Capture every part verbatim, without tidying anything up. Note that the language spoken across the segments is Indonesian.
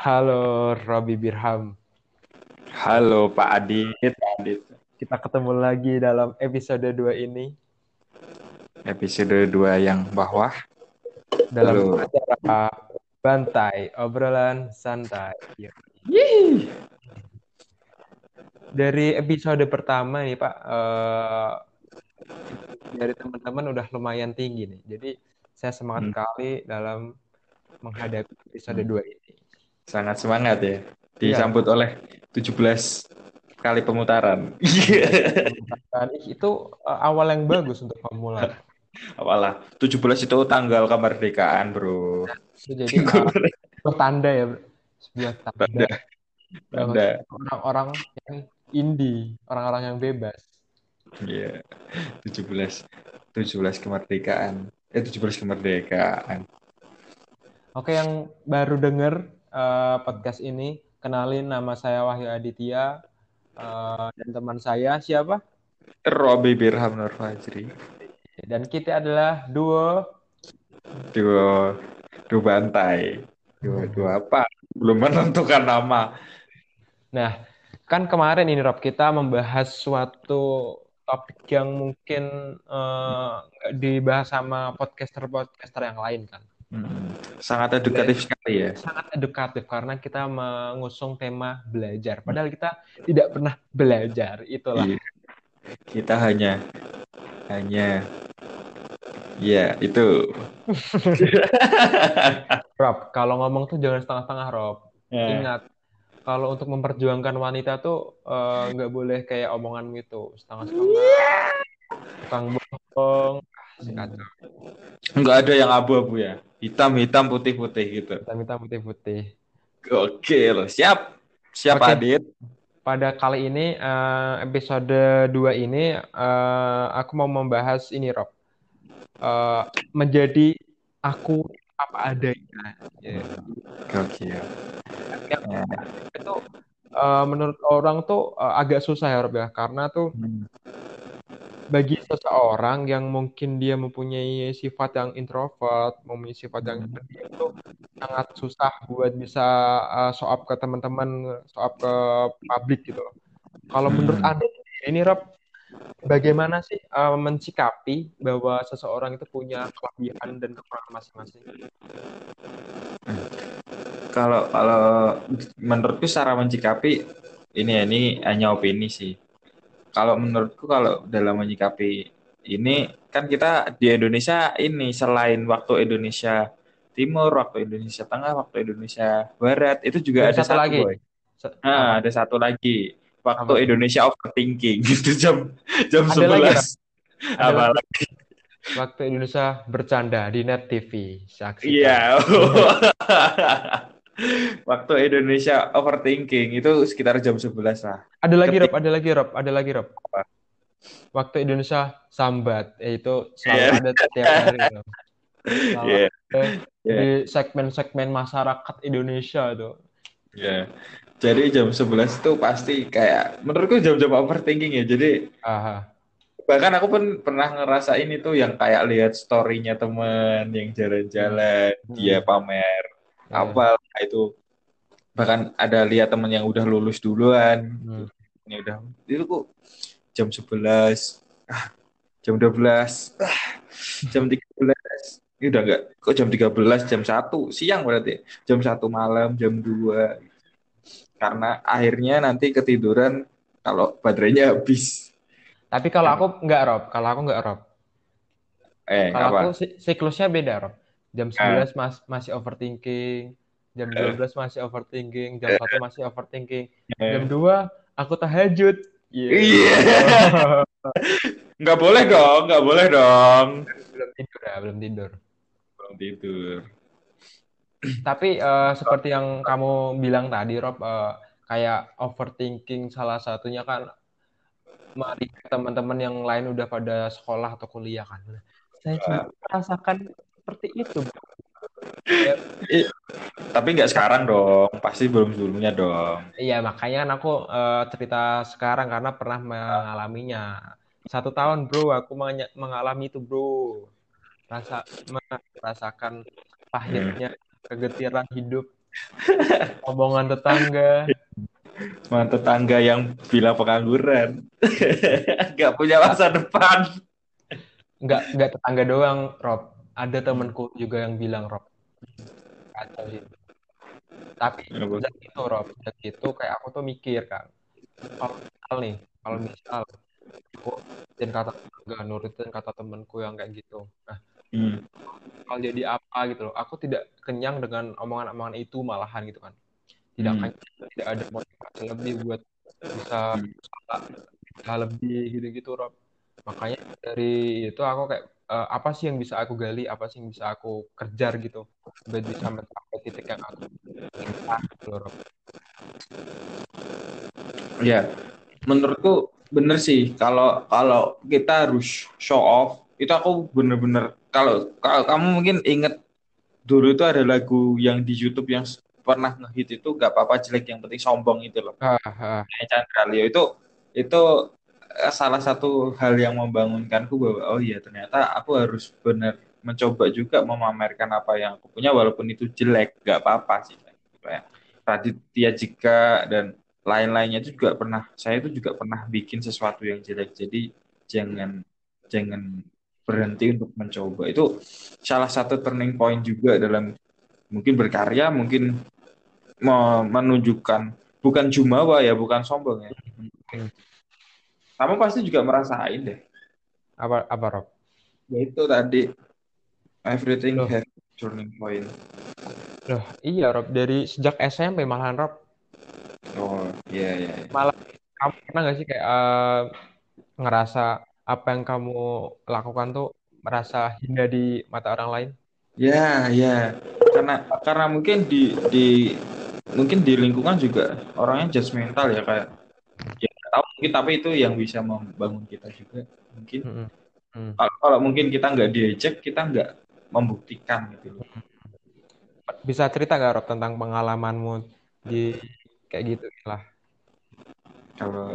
Halo Robi Birham, Halo Pak Adit, Pak Adit. kita ketemu lagi dalam episode dua ini Episode dua yang bawah. dalam Halo. acara Bantai, obrolan santai. Yuk. Yih. Dari episode pertama nih Pak, eh, dari teman-teman udah lumayan tinggi nih. Jadi saya semangat Hmm, sekali dalam menghadapi episode hmm. dua ini. Sangat semangat ya. Iya, Disambut oleh tujuh belas kali pemutaran. tujuh belas pertanyaan. Ih, itu eh, awal yang bagus untuk pemula. Apalah, tujuh belas itu tanggal kemerdekaan, Bro. Itu jadi eh, sebuah tanda ya, Bro. Sebuah tanda Tanda, bahwa tanda. kita orang-orang yang indie, orang-orang yang bebas. Iya, tujuh belas, tujuh belas kemerdekaan. Eh, tujuh belas kemerdekaan. Oke, yang baru denger eh, podcast ini, kenalin nama saya Wahyu Aditya eh, dan teman saya siapa? Robi Birham Nur Fajri. Dan kita adalah duo. Dua, dua bantai. Dua, dua apa? Belum menentukan nama. Nah, kan kemarin ini Rob kita membahas suatu topik yang mungkin eh, nggak dibahas sama podcaster-podcaster yang lain kan. Hmm, sangat edukatif sekali ya. Sangat edukatif karena kita mengusung tema belajar. Padahal kita tidak pernah belajar. Itulah. Iya, kita hanya hanya ya itu. Rob, kalau ngomong tuh jangan setengah-setengah, Rob. Nah, Ingat, kalau untuk memperjuangkan wanita tuh eh, nggak boleh kayak omonganmu itu, setengah-setengah, tukang bohong, ah, si kacau. nggak ada yang abu-abu ya. Hitam, hitam, putih, putih gitu. Kita minta putih-putih. Oke loh, siap. Siap Oke, Adit. pada kali ini eh, episode dua ini eh, aku mau membahas ini, Rob. Eh, menjadi aku apa adanya. Ya. Oke. Yang Nah, itu eh, menurut orang tuh eh, agak susah ya Rob ya karena tuh hmm, bagi seseorang yang mungkin dia mempunyai sifat yang introvert, mempunyai sifat yang hmm, pendiam tuh sangat susah buat bisa uh, show up ke teman-teman, show up ke publik gitu loh. Kalau menurut hmm. Anda ini Rob, bagaimana sih uh, mensikapi bahwa seseorang itu punya kelebihan dan kekurangan masing-masing? Kalau kalau menurutku cara mencikapi ini ya, ini hanya opini sih. Kalau menurutku kalau dalam menyikapi ini kan kita di Indonesia ini selain waktu Indonesia Timur, waktu Indonesia Tengah, waktu Indonesia Barat itu juga Dan ada satu satu lagi, boy. se- apa? Nah, ada satu lagi Apa waktu tuh? Indonesia overthinking itu jam jam Ada lagi Rob, sebelas ada lagi. apalagi Waktu Indonesia bercanda di Net T V, saksikan. iya. Waktu Indonesia overthinking itu sekitar jam sebelas lah. Ada lagi Rob, Ketika ada lagi Rob, ada lagi Rob. Waktu Indonesia sambat, yaitu selalu ya ada tiap hari Rob. Selalu ya ada ya di segmen-segmen masyarakat Indonesia tuh. ya. Jadi jam sebelas itu pasti kayak menurutku jam-jam overthinking ya. Jadi Aha. bahkan aku pun pernah ngerasain itu yang kayak lihat story-nya temen yang Hmm. jalan-jalan, dia Hmm. pamer Ya. apa itu, bahkan ada lihat temen yang udah lulus duluan gitu. Hmm. Ini udah itu kok jam sebelas, ah, jam dua belas, ah, jam tiga belas. Ini udah enggak kok jam tiga belas, jam satu siang berarti. Jam satu malam, jam dua. Karena akhirnya nanti ketiduran kalau baterainya habis. Tapi kalau Kan aku nggak Rob, kalau aku nggak Rob. eh Kalau aku apa? si- siklusnya beda Rob. Jam Nah, sebelas mas masih overthinking, jam dua eh, belas masih overthinking, jam eh, satu masih overthinking, jam eh. dua aku tahajud. Iya. Iya, nggak boleh dong, nggak boleh dong. Belum tidur ya, belum tidur. Belum tidur. Tapi eh, seperti yang kamu bilang tadi, Rob, eh, kayak overthinking salah satunya kan melihat teman-teman yang lain udah pada sekolah atau kuliah kan. Nah, saya juga merasakan seperti itu. Ya, Ih, tapi nggak sekarang dong, pasti belum sebelumnya dong. iya, makanya kan aku eh, cerita sekarang karena pernah mengalaminya. Satu tahun, bro, aku menya- mengalami itu, bro. Rasa merasakan Hmm. pahitnya kegetiran hidup. omongan tetangga. Sama tetangga yang bilang pengangguran. Gak punya masa depan. Nggak nggak tetangga doang, Rob. Ada Hmm. temenku juga yang bilang, Rob, kacau sih. Tapi Apa? sejak itu, Rob, sejak itu kayak aku tuh mikir kan, kalau misal nih, kalau misal aku nurutin kata tetangga, nurutin kata temenku yang kayak gitu. Nah, Hmm. kalau jadi apa gitu loh. Aku tidak kenyang dengan omongan-omongan itu malahan gitu kan. Tidak Hmm. kenyang, tidak ada motivasi lebih buat bisa Hmm. usaha usaha lebih gitu-gitu, Rob. Makanya dari itu aku kayak eh, apa sih yang bisa aku gali, apa sih yang bisa aku kejar gitu, biar bisa mencapai titik yang aku inginkan gitu loh, Rob. Ya, menurutku bener sih kalau kalau kita harus show off itu aku bener-bener kalau kalau kamu mungkin inget dulu itu ada lagu yang di YouTube yang pernah ngehit itu gak apa-apa jelek yang penting sombong itu loh. Ah, ah, Kayak Chandra Leo itu itu eh, salah satu hal yang membangunkanku bahwa oh iya ternyata aku harus benar mencoba juga memamerkan apa yang aku punya walaupun itu jelek gak apa-apa sih kayak Raditya Dika dan lain-lainnya itu juga pernah saya itu juga pernah bikin sesuatu yang jelek jadi jangan jangan berhenti untuk mencoba itu salah satu turning point juga dalam mungkin berkarya mungkin me- menunjukkan bukan jumawa ya bukan sombong ya. hmm. Kamu pasti juga merasain deh. Apa apa, Rob? Ya itu tadi everything Loh, has turning point. loh, iya, Rob, dari sejak S M P malahan, Rob. Oh iya iya. Malah kamu pernah nggak sih kayak eh, ngerasa apa yang kamu lakukan tuh merasa hina di mata orang lain? Ya ya karena karena mungkin di di mungkin di lingkungan juga orangnya judgmental ya kayak ya nggak tahu mungkin tapi itu yang bisa membangun kita juga mungkin Mm-mm. Hmm. kalau, kalau mungkin kita nggak diejek kita nggak membuktikan gitu loh. Bisa cerita nggak, Rob, tentang pengalamanmu di kayak gitu lah? Kalau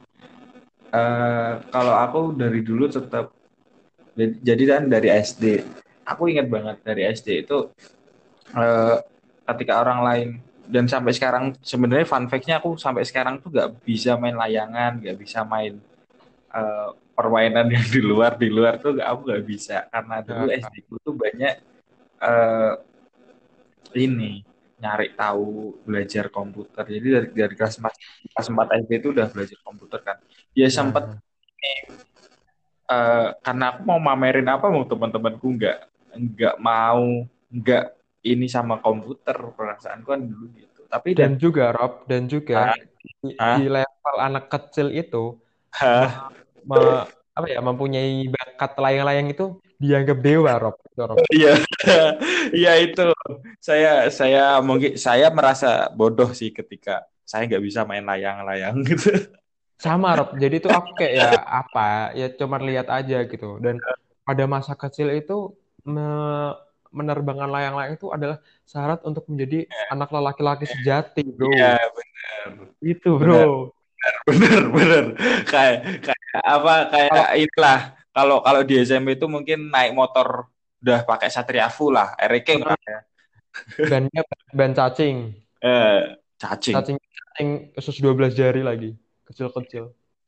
eh, kalau aku dari dulu tetap jadi jadi kan dari S D aku ingat banget dari S D itu eh, ketika orang lain dan sampai sekarang sebenarnya fun fact-nya aku sampai sekarang tuh nggak bisa main layangan, nggak bisa main eh, permainan yang di luar di luar tuh nggak- aku nggak bisa karena dulu Nah, S D ku tuh banyak eh, ini nyari tahu belajar komputer. Jadi dari dari kelas empat kelas empat S D itu udah belajar komputer kan. Ya sempat nah, eh, karena aku mau mamerin apa mau teman-temanku nggak nggak mau nggak ini sama komputer perasaanku kan dulu gitu. Tapi dan dan juga Rob, dan juga ah, di, di ah, level anak kecil itu me- ah, me- apa ya mempunyai bakat layang-layang itu dianggap dewa, Rob. Itu, Rob. iya iya itu saya saya mungkin saya merasa bodoh sih ketika saya nggak bisa main layang-layang gitu. Sama, Rob. Jadi itu aku kayak ya apa ya cuma lihat aja gitu. Dan pada masa kecil itu me- menerbangkan layang-layang itu adalah syarat untuk menjadi anak laki-laki sejati, bro. Iya benar Itu, bro. benar benar benar kayak kayak apa kayak Kalau inilah kalau kalau di S M P itu mungkin naik motor udah pakai Satria Full lah, R King lah ya. bannya ban cacing. Eh, cacing. Cacing cacing usus dua belas jari lagi. Kecil-kecil.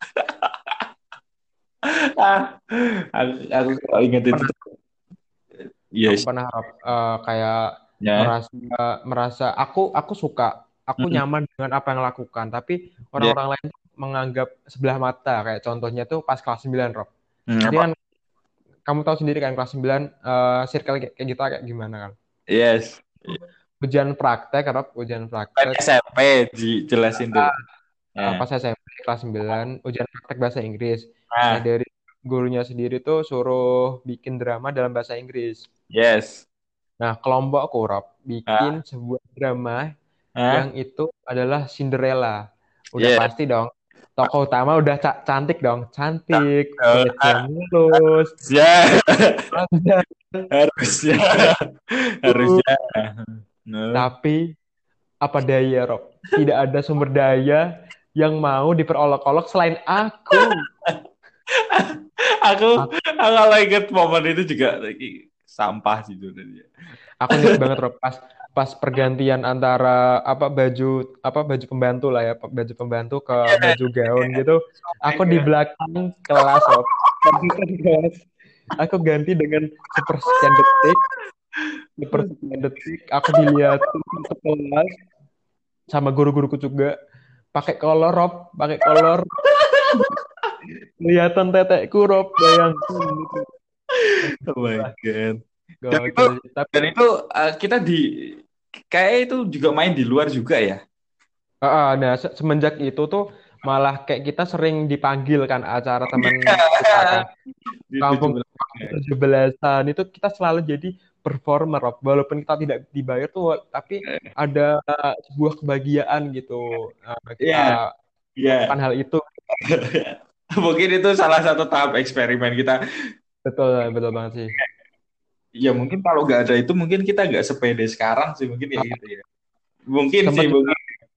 Ah, aku, aku kalau inget itu Pernah, tuh, iya aku sih. pernah Rob, eh, kayak Ya. merasa merasa aku aku suka, aku Mm-mm. nyaman dengan apa yang lakukan, tapi Ya. orang-orang lain tuh menganggap sebelah mata. Kayak contohnya tuh pas kelas sembilan, Rob. Hmm, Jadi apa? kan kamu tahu sendiri kan kelas sembilan eh, circle kayak kayak kita kayak gimana kan. Yes. Ujian praktek, Rob, ujian Kan praktek. S M P dijelasin dulu. Eh, Ya. pas S M P kelas sembilan ujian praktek bahasa Inggris. Nah, Nah, dari gurunya sendiri tuh suruh bikin drama dalam bahasa Inggris. yes. Nah, kelompokku, Rob, bikin Ah, sebuah drama yang ah, itu adalah Cinderella. Udah yes. pasti dong. Tokoh utama udah ca- cantik dong. Cantik, Oh, kulitnya ah, mulus, ya, panjang. harusnya, harusnya. No. Tapi apa daya, Rob? Tidak ada sumber daya yang mau diperolok-olok selain aku. Aku, aku kalau inget momen itu juga lagi sampah sih sebenarnya. Aku inget banget, Rob, pas pas pergantian antara apa baju apa baju pembantu lah ya, baju pembantu ke baju gaun gitu, aku di belakang kelas, Rob. Di kelas. Aku ganti dengan sepersekian detik, sepersekian detik aku dilihatin ke kelas sama guru-guruku juga pakai kolor, Rob, pakai kolor, kelihatan tetekku, Rob, bayangin gitu. Oh my God. Dan itu, Gokil sih. Tapi dan itu uh, kita di kayak itu juga main di luar juga ya. ah, ah, nah se- semenjak itu tuh malah kayak kita sering dipanggil kan acara teman kita kan Di kampung tujuh belas. tujuh belasan itu kita selalu jadi performer Rob. Walaupun kita tidak dibayar tuh tapi ada sebuah kebahagiaan gitu. Nah, kita Iya, melakukan iya. hal itu. Mungkin itu salah satu tahap eksperimen kita. Betul, betul banget sih. Ya mungkin kalau nggak ada itu mungkin kita nggak sepede sekarang sih mungkin ya Ah, gitu ya. Mungkin sih sempat juga mungkin.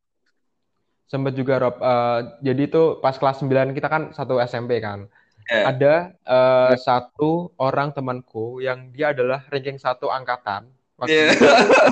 sempat juga Rob. Eh, jadi itu pas kelas sembilan kita kan satu S M P kan. Ya. Ada eh, satu orang temanku yang dia adalah ranking satu angkatan waktu Ya. itu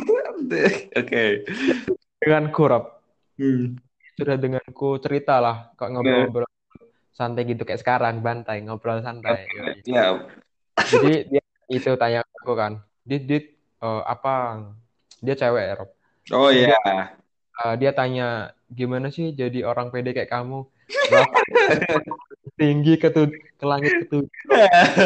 Oke. dengan Rob. Hmm. Sudah denganku cerita lah kok Nah, ngobrol-ngobrol santai gitu kayak sekarang bantai ngobrol santai. Yoi. ya. Jadi dia itu tanya ke aku kan, dit dit eh, apa dia cewek ya Rob. Oh Terus ya. dia eh, dia tanya gimana sih jadi orang pede kayak kamu melangkah tinggi ke tu- ke langit ketujuh Rob.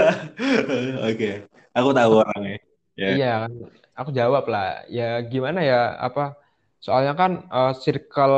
Oke. Aku tahu orangnya. Ya. Iya kan, aku jawab lah ya gimana ya apa soalnya kan eh, circle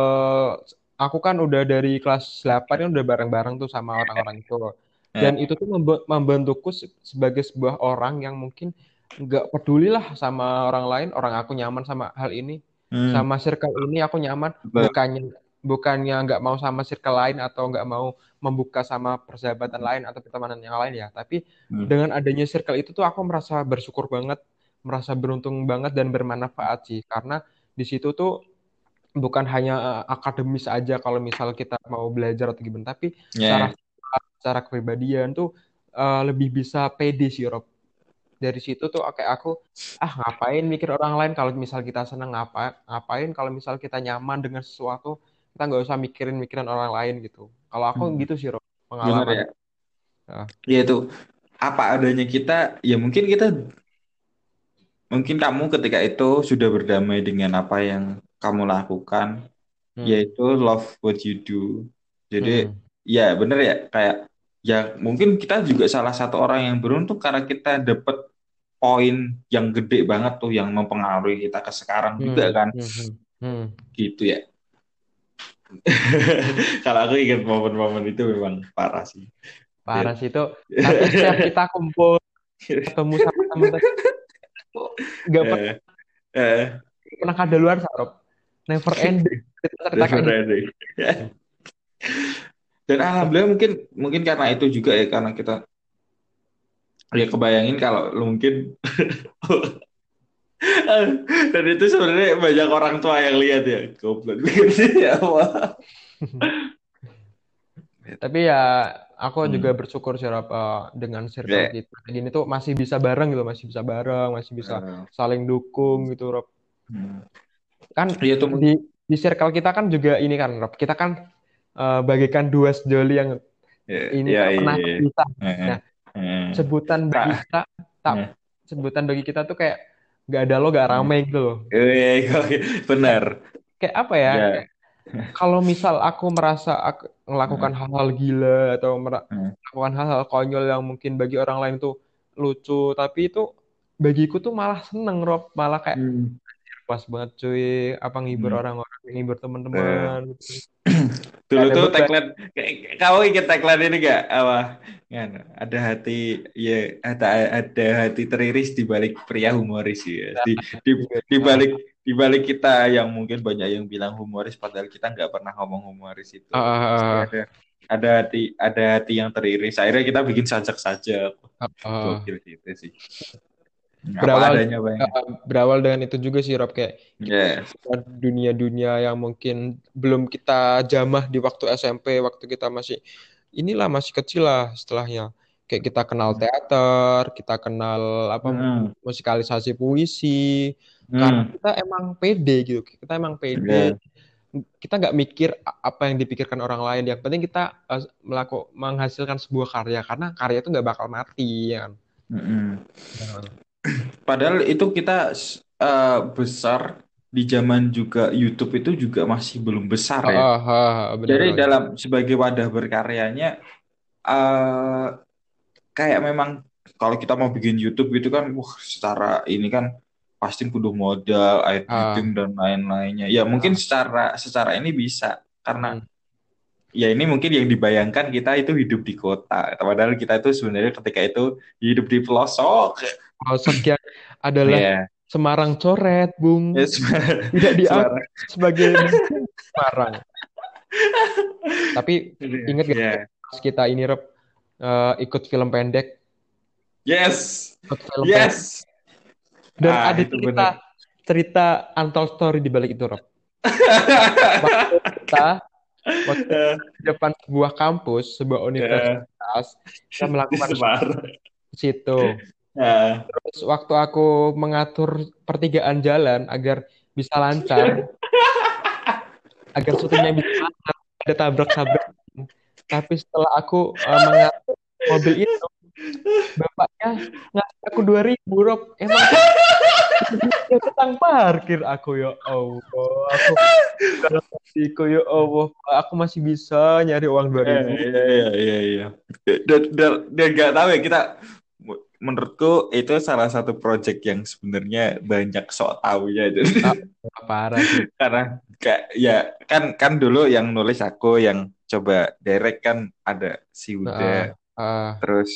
aku kan udah dari kelas delapan kan udah bareng-bareng tuh sama orang-orang itu. Ya. Dan itu tuh membe- membentukku se- sebagai sebuah orang yang mungkin nggak peduli lah sama orang lain, orang aku nyaman sama hal ini, Hmm. sama circle ini aku nyaman, Betul. bukannya bukannya nggak mau sama circle lain atau nggak mau membuka sama persahabatan lain atau pertemanan yang lain ya, tapi Hmm. dengan adanya circle itu tuh aku merasa bersyukur banget, merasa beruntung banget dan bermanfaat sih, karena di situ tuh bukan hanya eh, akademis aja kalau misal kita mau belajar atau gimana, tapi secara Ya. secara kepribadian tuh eh, lebih bisa pede sih Rob. Dari situ tuh kayak aku ah ngapain mikir orang lain kalau misal kita seneng ngapa ngapain kalau misal kita nyaman dengan sesuatu kita nggak usah mikirin mikiran orang lain gitu. Kalau aku Hmm. gitu sih Rob Benar pengalaman. ya. Ah, Ya itu apa adanya kita. Ya mungkin kita mungkin kamu ketika itu sudah berdamai dengan apa yang kamu lakukan, hmm, yaitu love what you do. Jadi hmm, ya bener ya kayak ya mungkin kita juga salah satu orang yang beruntung karena kita dapat poin yang gede banget tuh yang mempengaruhi kita ke sekarang juga hmm, kan hmm, hmm, hmm. gitu ya. Kalau aku ingat momen-momen itu memang parah sih. Parah sih itu. Tapi setiap kita kumpul ketemu sama temen-temen tuh nggak pernah Eh, eh, pernah kadaluarsa Rob. Never ending cerita kayak never gitu. ending. Dan alhamdulillah mungkin mungkin karena itu juga ya karena kita ya kebayangin kalau lu mungkin dan itu sebenarnya banyak orang tua yang lihat ya goblok bikin sih ya Allah. Tapi ya aku juga Hmm. bersyukur sih Rob, eh, dengan circle Ya. kita gini tuh masih bisa bareng gitu, masih bisa bareng, masih bisa Eh, saling dukung gitu Rob. hmm. Kan Iya tuh di mungkin. di circle kita kan juga ini kan Rob. Kita kan eh, bagaikan dua sejoli yang Ya, ini ya, tak pernah iya. terpisah. Eh, Nah, eh. sebutan bagi Kak, kita tak eh, sebutan bagi kita tuh kayak gak ada lo gak eh. rame gitu loh. Eh, oke, Kayak benar. kayak apa ya? Ya. Kalau misal aku merasa aku Eh, melakukan hal-hal gila atau mer- eh. melakukan hal-hal konyol yang mungkin bagi orang lain itu lucu, tapi itu bagiku tuh malah seneng, Rob. Malah kayak Hmm. pas banget cuy, apa ngibur Hmm. orang-orang, ngibur Eh. teman-teman. Gak Dulu ada tuh beban. tagline kayak- kamu ingat tagline ini gak apa kan ada hati ya ada ada hati teriris di balik pria humoris ya di di Juga. di Nah, balik di balik kita yang mungkin banyak yang bilang humoris padahal kita nggak pernah ngomong humoris itu ah, pasti ah, ada ada hati ada hati yang teriris akhirnya kita bikin sajak-sajak ah, ah. gokil gitu sih apa berawal adanya banyak uh, berawal dengan itu juga sih Rob kayak kita ya ke dunia-dunia yang mungkin belum kita jamah di waktu S M P waktu kita masih inilah masih kecil lah setelahnya kayak kita kenal teater kita kenal apa Hmm. musikalisasi puisi Karena Hmm. kita emang pede gitu, kita emang pede, Ya. kita nggak mikir a- apa yang dipikirkan orang lain. Yang penting kita eh, melaku, menghasilkan sebuah karya, karena karya itu nggak bakal mati, ya kan? Mm-mm. Nah, Padahal itu kita eh, besar di zaman juga YouTube itu juga masih belum besar ah, ya. ah, ah, bener Jadi banget. dalam sebagai wadah berkaryanya eh kayak memang kalau kita mau bikin YouTube gitu kan, wah secara ini kan pasti kudu modal, editing Ah, dan lain-lainnya. Ya mungkin ah, secara secara ini bisa karena hmm. ya ini mungkin yang dibayangkan kita itu hidup di kota. Padahal kita itu sebenarnya ketika itu hidup di pelosok. Sosok yang adalah Ya, Semarang coret, ya Bung. Semarang. Tidak dianggap Semarang. sebagai bagian Semarang. Tapi ingat gak Ya. pas kita ini Rob, eh, ikut film pendek, Yes. ikut film pendek Yes. dan Ah, ada itu cerita benar. cerita untold story di balik itu Rob. Waktu kita waktu kita di depan sebuah kampus, sebuah Ya, universitas, kita di melakukan Semarang. di situ. Ah. Terus waktu aku mengatur pertigaan jalan agar bisa lancar, agar syutingnya bisa lancar, ada tabrak-tabrak. Tapi setelah aku eh, mengatur mobil itu, bapaknya ngasih aku dua ribu, Rob. Emang tuh dia tentang parkir aku ya Allah. Aku kalau hatiku ya Allah, Pak, aku masih bisa nyari uang dua Iya, ribu. iya, iya, iya, iya. Dan, dan, dan nggak tahu ya kita, menurutku itu salah satu project yang sebenarnya banyak sok tahunya itu. Ah, parah sih. Karena kayak ya kan kan dulu yang nulis aku yang coba direct kan ada si Uda, Ah, ah, terus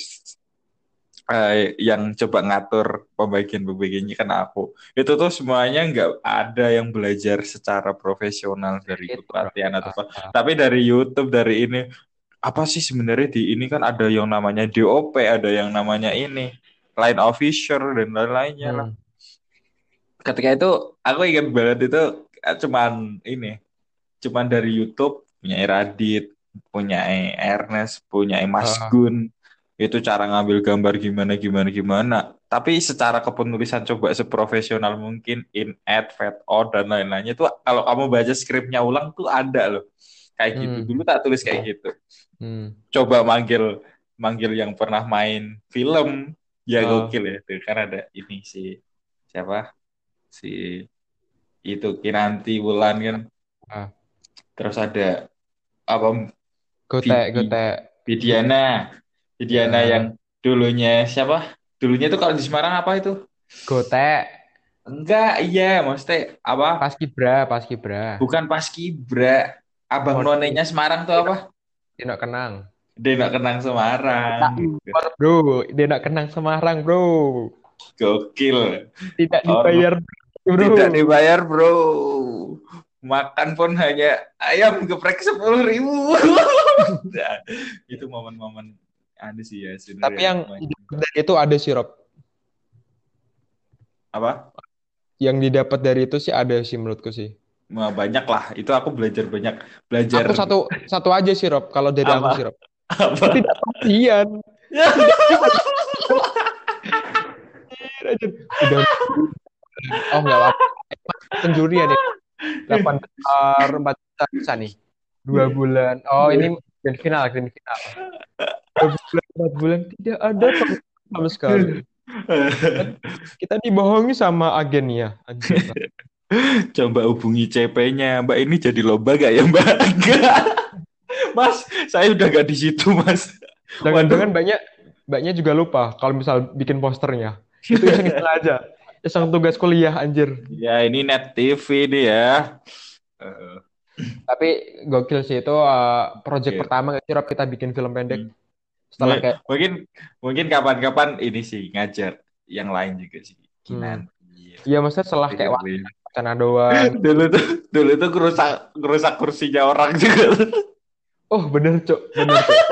eh, yang coba ngatur pembagian-pembagiannya kan aku. Itu tuh semuanya nggak ada yang belajar secara profesional dari ikut itu, Rob. pelatihan atau Ah, apa. ah. Tapi dari YouTube dari ini apa sih sebenarnya di ini kan ada yang namanya D O P, ada yang namanya ini line officer dan lain-lainnya lah. Hmm. Ketika itu aku ingat banget itu eh, cuman ini, cuman dari YouTube punya Radit, punya Ernest, punya Mas Ah, Gun, itu cara ngambil gambar gimana gimana gimana. Tapi secara kepenulisan coba seprofesional mungkin in add, fade out dan lain-lainnya itu kalau kamu baca skripnya ulang tuh ada loh. Kayak gitu. Dulu hmm. tak tulis kayak gitu. Hmm. Coba manggil manggil yang pernah main film ya Ah, gokil ya tuh kan ada ini si siapa si itu Kinanti Wulan kan, ah. terus ada apa Gotek, Vidi gotek. Vidiana Vidiana yang Ya, dulunya siapa dulunya tuh kalau di Semarang apa itu gotek. enggak iya maksudnya apa Paskibra, Paskibra. bukan Paskibra abang Oh, nonenya Semarang tuh apa Tidak Kenang. dia nggak kenang Semarang Tidak gitu. impor, bro. Tidak Kenang Semarang, bro. Gokil Tidak orang dibayar, tidak bro. dibayar bro, makan pun hanya ayam geprek sepuluh ribu. Nah, itu momen-momen ada sih ya Tapi sebenarnya yang banyak. didapat dari itu ada sih, Rob. Apa. Yang didapat dari itu sih ada sih menurutku sih. Wah, banyak lah itu aku belajar banyak belajar Aku satu satu aja sih, Rob. Kalau dari aku sih, apa Rob. apa Ketidakpastian. Ketidakpastian aja. Udah, oh nggak apa-apa. Penjurian ya. Delapan besar, empat besar bisa nih. Dua bulan. Oh, ini grand final, grand final. Dua bulan, empat bulan tidak ada pengumuman sama sekali. Kita, kita dibohongi sama agennya, anjir. coba hubungi C P-nya Mbak ini jadi lomba gak ya Mbak enggak Mas saya udah gak di situ Mas Jangan-jangan waduh banyak banyak juga lupa kalau misal bikin posternya. Itu iseng-iseng aja. Iseng tugas kuliah, anjir. ya ini net T V nih ya. Eh, Tapi gokil sih itu uh, project oke. pertama nggak sih, Rob, kita bikin film pendek. Hmm. Setelah kayak, Mungkin mungkin kapan-kapan ini sih ngajar yang lain juga sih. hmm, Kinan. iya maksudnya setelah kayak Iya. wacana doang. Dulu tuh dulu tuh kerusak kerusak kursinya orang juga. Oh bener, Cok. Bener, Cok.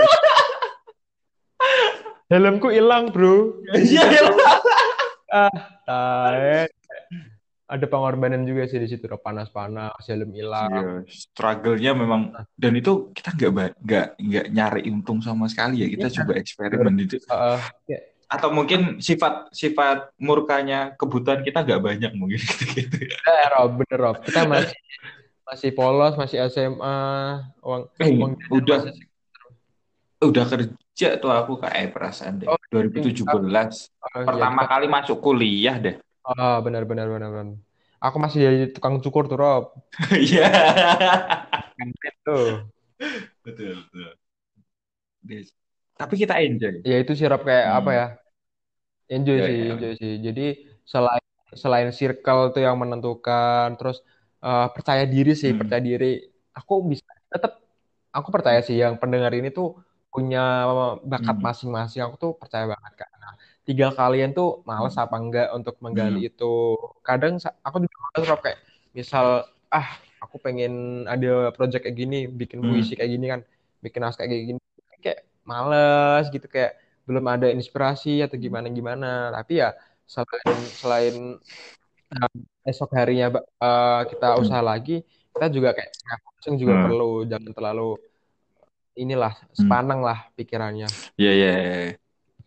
Helmku hilang, bro. Di Iya, situ, iya. bro. Ah, tae. Ada pengorbanan juga sih di situ, Rob. Panas-panas, helm Iya, hilang. struggle-nya memang dan itu kita nggak ba- nggak nggak nyari untung sama sekali ya. Kita Iya, coba bener. eksperimen itu. Uh, ya. atau mungkin sifat sifat murkanya kebutuhan kita nggak banyak mungkin gitu-gitu ya. Eh, Rob, bener Rob. Kita masih masih polos, masih S M A, uang Eh, uang jajan masih udah segitu. udah kerja tuh aku kayak perasaan deh. Oh, dua ribu tujuh belas oh ya pertama kita. kali masuk kuliah deh. Oh, benar benar benar benar. Aku masih jadi tukang cukur tuh, Rob. Iya. Itu. Betul, betul. Yes. Tapi kita enjoy. Ya itu sih Rob kayak apa Hmm. ya? Enjoy Ya, sih, ya. enjoy sih. Jadi selain selain circle tuh yang menentukan, terus eh, percaya diri sih, Hmm. percaya diri. Aku bisa tetap, aku percaya sih yang pendengar ini tuh punya bakat Hmm. masing-masing. Aku tuh percaya banget karena tinggal kalian tuh males Hmm. apa enggak untuk menggali Hmm. itu. Kadang sa- aku juga males, Rob, kayak misal ah aku pengen ada project kayak gini, bikin puisi Hmm. kayak gini kan, bikin naskah kayak gini, kayak males gitu, kayak belum ada inspirasi atau gimana gimana. Tapi ya selain selain uh, esok harinya uh, kita Hmm. usaha lagi, kita juga kayak refreshing juga Hmm. perlu, jangan terlalu inilah Hmm. sepaneng lah pikirannya. Ya, ya, ya.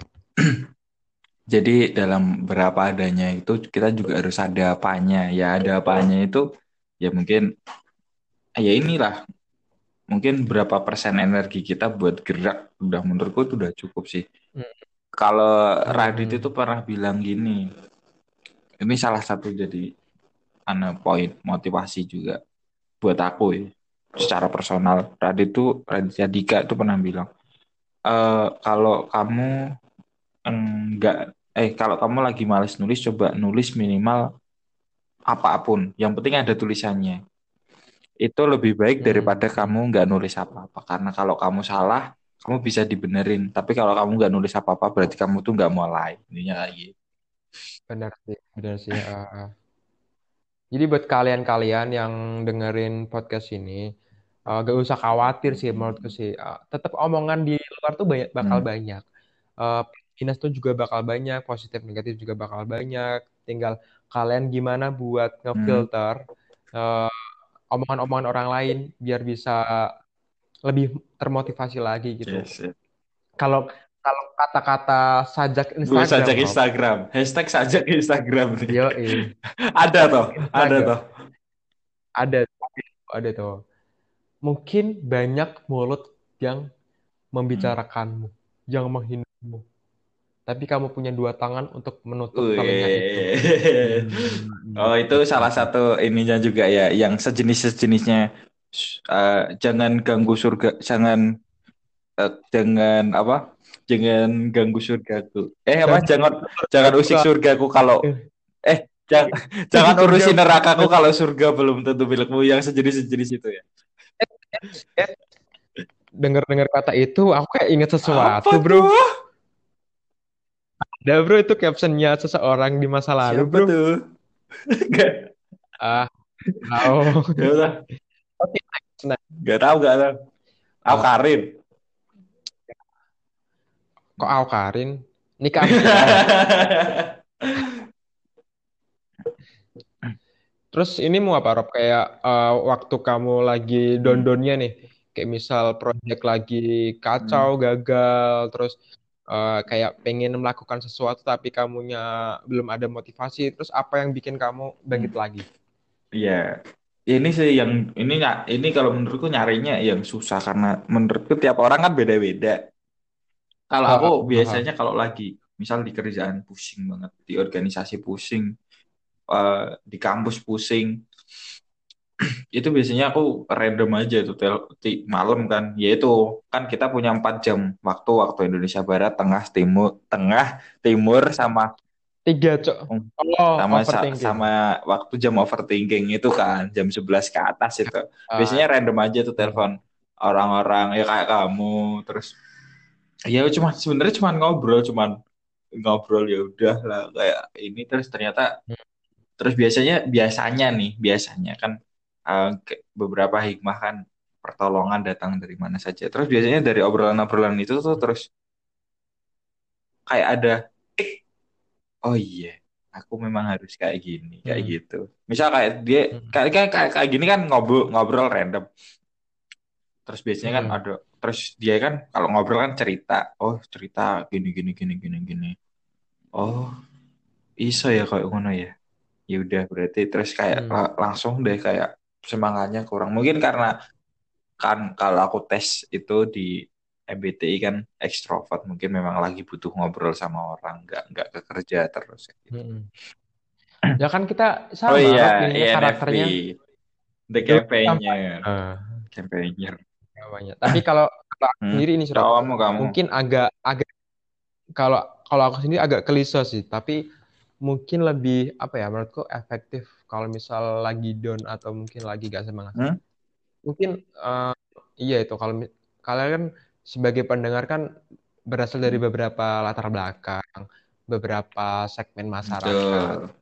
Jadi dalam berapa adanya itu kita juga harus ada apanya. Ya ada apanya itu ya mungkin ya inilah mungkin berapa persen energi kita buat gerak udah menurutku itu udah cukup sih. Hmm, Kalau hmm, Radit itu hmm. pernah bilang gini, ini salah satu jadi ana poin motivasi juga buat aku ya. Secara personal, Radit itu Raditya Dika itu pernah bilang, "Eh, kalau kamu enggak eh kalau kamu lagi males nulis coba nulis minimal apapun, yang penting ada tulisannya. Itu lebih baik Hmm, daripada hmm. kamu nggak nulis apa-apa. Karena kalau kamu salah, kamu bisa dibenerin. Tapi kalau kamu nggak nulis apa-apa, berarti kamu tuh nggak mulai. Intinya kayak gitu. Benar sih, benar sih. Uh, uh. Jadi buat kalian-kalian yang dengerin podcast ini, uh, gak usah khawatir sih menurutku sih. Uh, tetap omongan di luar tuh banyak, bakal Hmm. banyak. Uh, Minus tuh juga bakal banyak, positif negatif juga bakal banyak. Tinggal kalian gimana buat Hmm. ngefilter uh, omongan-omongan orang lain biar bisa lebih termotivasi lagi gitu. Yes, yes. Kalau kalau kata-kata sajak Gue Instagram, sajak Rob, Instagram. Hashtag sajak Instagram nih. yo eh, Ada toh, ada Instagram toh. ada ada tuh. Mungkin banyak mulut yang Hmm. membicarakanmu, yang menghinamu. Tapi kamu punya dua tangan untuk menutup telinga itu. Wih. Hmm, Oh, itu gitu. salah satu ininya juga ya, yang sejenis-sejenisnya. Eh, jangan ganggu surga, jangan eh, jangan apa? Jangan ganggu surgaku. Eh apa? Jangan Jangan jangan usik suka surgaku kalau eh jangan jangan surga. urusin nerakaku kalau surga belum tentu milikmu, yang sejenis-sejenis itu ya. Dengar-dengar kata itu, aku kayak inget Apa sesuatu, bro. tuh? Ada, bro, itu captionnya seseorang di masa lalu, Siapa bro. tuh? Gak, Ah, oh. ya udah, Oke, next, next. gak tahu, gak tahu. Aku Ah, Karin. kok aku Karin? Nikah Asia. Terus ini mau apa, Rob? Kayak eh, waktu kamu lagi Hmm. don-donnya nih, kayak misal proyek lagi kacau, Hmm. gagal, terus eh, kayak pengen melakukan sesuatu tapi kamunya belum ada motivasi, terus apa yang bikin kamu bangkit Hmm. lagi? Iya, ini sih yang ini nggak ini kalau menurutku nyarinya yang susah karena menurutku tiap orang kan beda-beda. Kalau Ha, aku ha, ha. biasanya kalau lagi misal di kerjaan pusing banget, di organisasi pusing, eh, di kampus pusing, itu biasanya aku random aja tuh tel ti- malam kan, yaitu kan kita punya empat jam waktu waktu Indonesia Barat, Tengah, Timur, Tengah, Timur sama Tiga, Cok. Oh, sama sa- overthinking. sama waktu jam overthinking itu kan jam sebelas ke atas itu Ah, biasanya random aja tuh hmm, telepon orang-orang ya kayak kamu terus ya cuma sebenarnya cuma ngobrol cuman ngobrol ya udah lah kayak ini terus ternyata hmm, terus biasanya biasanya nih biasanya kan eh, ke- beberapa hikmah kan pertolongan datang dari mana saja terus biasanya dari obrolan-obrolan itu tuh terus kayak ada oh iya, aku memang harus kayak gini, kayak hmm, gitu. Misal kayak dia hmm, kayak kayak kayak, kayak gini kan ngobrol ngobrol random. Terus biasanya kan hmm, ada terus dia kan kalau ngobrol kan cerita, oh cerita gini gini gini gini gini. Oh, iso ya kayak ngono ya. Ya udah berarti terus kayak Hmm. la- langsung deh kayak semangatnya kurang. Mungkin karena kan kalau aku tes itu di M B T I kan ekstrovert, mungkin memang lagi butuh ngobrol sama orang, nggak nggak ke kerja terus kayak gitu. Hmm. Ya kan kita Oh sama iya, Rob ininya I N F P, karakternya The dulu sampai Campaigner, eh, Campaigner. namanya. Tapi kalau kalau aku Hmm, sendiri ini sih Rob, kamu kamu. mungkin agak agak kalau kalau aku sendiri agak klise sih, tapi mungkin lebih apa ya menurutku efektif kalau misal lagi down atau mungkin lagi gak semangat. Hmm? Mungkin eh, iya itu kalau mi- kalian kan sebagai pendengar kan berasal dari Hmm, beberapa latar belakang, beberapa segmen masyarakat. betul.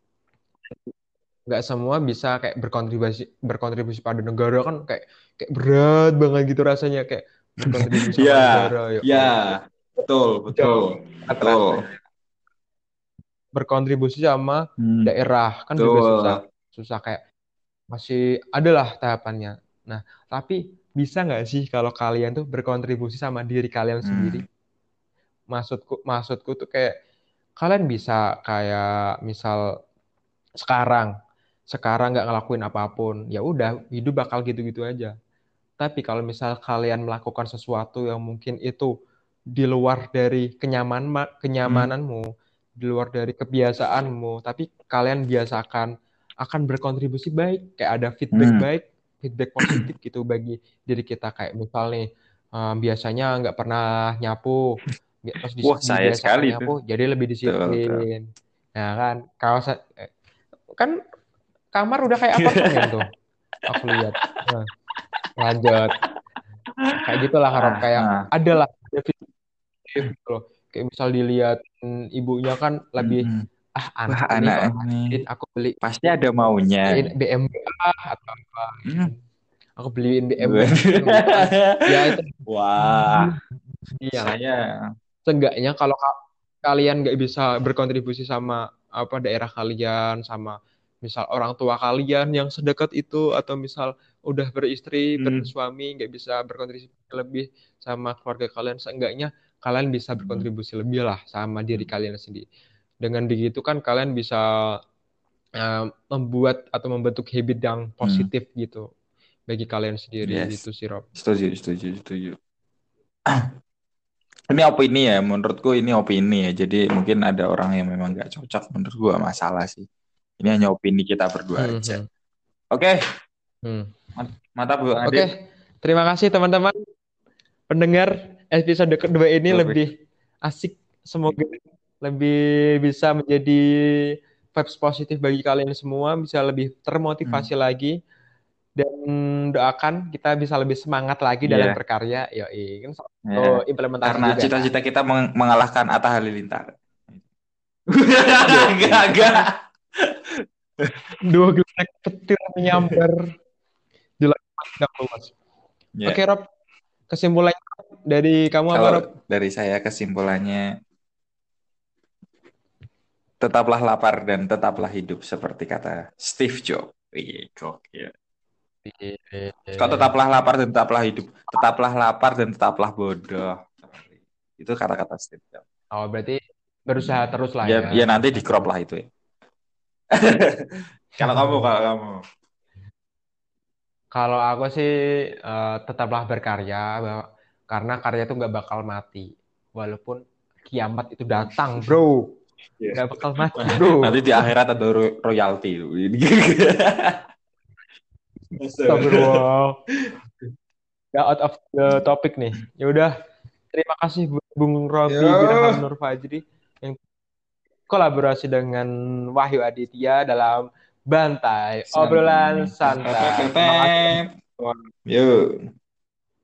Nggak semua bisa kayak berkontribusi berkontribusi pada negara kan kayak kayak berat banget gitu rasanya kayak berkontribusi sama Ya, negara ya ya, Allah. betul, Jauh betul, banget betul. rasanya. Berkontribusi sama Hmm, daerah kan juga susah betul. susah kayak masih adalah tahapannya. Nah, tapi bisa nggak sih kalau kalian tuh berkontribusi sama diri kalian Hmm, sendiri? Maksudku, maksudku tuh kayak kalian bisa kayak misal sekarang, sekarang nggak ngelakuin apapun, ya udah hidup bakal gitu-gitu aja. Tapi kalau misal kalian melakukan sesuatu yang mungkin itu di luar dari kenyaman hmm, kenyamananmu, di luar dari kebiasaanmu, tapi kalian biasakan akan berkontribusi baik, kayak ada feedback hmm. baik, feedback positif gitu bagi diri kita kayak misal nih eh, biasanya nggak pernah nyapu, pas di- Wah, saya dibiasakan sekali itu. nyapu, jadi lebih Betul, betul. disiplin. Nah kan, kaos eh, kan kamar udah kayak apartemen tuh, aku lihat. Nah, lanjut. Nah, kayak gitulah harap Ah, kayak ah. ada lah ada fitur gitu loh. Kayak misal dilihat hmm, ibunya kan lebih Mm-mm. ah anak Wah, ini anak kok ini rajin aku beli pasti ada maunya. beliin B M W ah, atau apa gitu. Hmm. Aku beliin B M W kan gitu kan. Ya itu Wah, iya. saya. Seenggaknya kalau ka- kalian nggak bisa berkontribusi sama apa daerah kalian sama misal orang tua kalian yang sedekat itu atau misal udah beristri Hmm. bersuami nggak bisa berkontribusi lebih sama keluarga kalian seenggaknya kalian bisa Hmm. berkontribusi lebih lah sama diri Hmm. kalian sendiri dengan begitu kan kalian bisa eh, membuat atau membentuk habit yang Hmm. positif gitu bagi kalian sendiri Yes, gitu sih Rob. setuju, setuju, setuju. Ini opini ya, menurutku ini opini ya. Jadi mungkin ada orang yang memang nggak cocok, menurut gua masalah sih. Ini hanya opini kita berdua Hmm, aja. hmm, Oke, hmm. mat- mantap Bu Oke, Adit. terima kasih teman-teman pendengar episode kedua ini Topik. lebih asik. Semoga lebih bisa menjadi vibes positif bagi kalian semua, bisa lebih Hmm. termotivasi lagi dan doakan kita bisa lebih semangat lagi dalam Iya, berkarya. Yoi, kan ya. satu implementasi Karena juga kan. cita-cita kita meng- mengalahkan Atta Halilintar. Enggak, Yoi, enggak. kan dua geledek petir menyambar di langit yang luas. Oke Ya, Rob, kesimpulannya dari kamu apa kalau Rob? dari saya kesimpulannya, tetaplah lapar dan tetaplah hidup seperti kata Steve Jobs. Wih, gokil. Kau tetaplah lapar dan tetaplah hidup. Tetaplah lapar dan tetaplah bodoh. Itu kata-kata Steve Jobs. Oh, berarti berusaha Hmm. terus lah Ya, ya, ya nanti di berusaha crop terus. lah itu ya. Kalau kamu, kalau kamu. Kalau aku sih eh, tetaplah berkarya bahwa- karena karya itu nggak bakal mati. Walaupun kiamat itu datang, bro. Iya. Nggak bakal mati, bro. Nanti di akhirat ada ro- royalti. Astagfirullah. Ya out of the topic nih. Ya udah, terima kasih Bu- Bung Robi Birham Yo, Nur Fajri yang kolaborasi dengan Wahyu Aditya dalam Bantai santai. Obrolan Pep, pep, pep, Santai. pep, Terima kasih pep. teman-teman. Yo.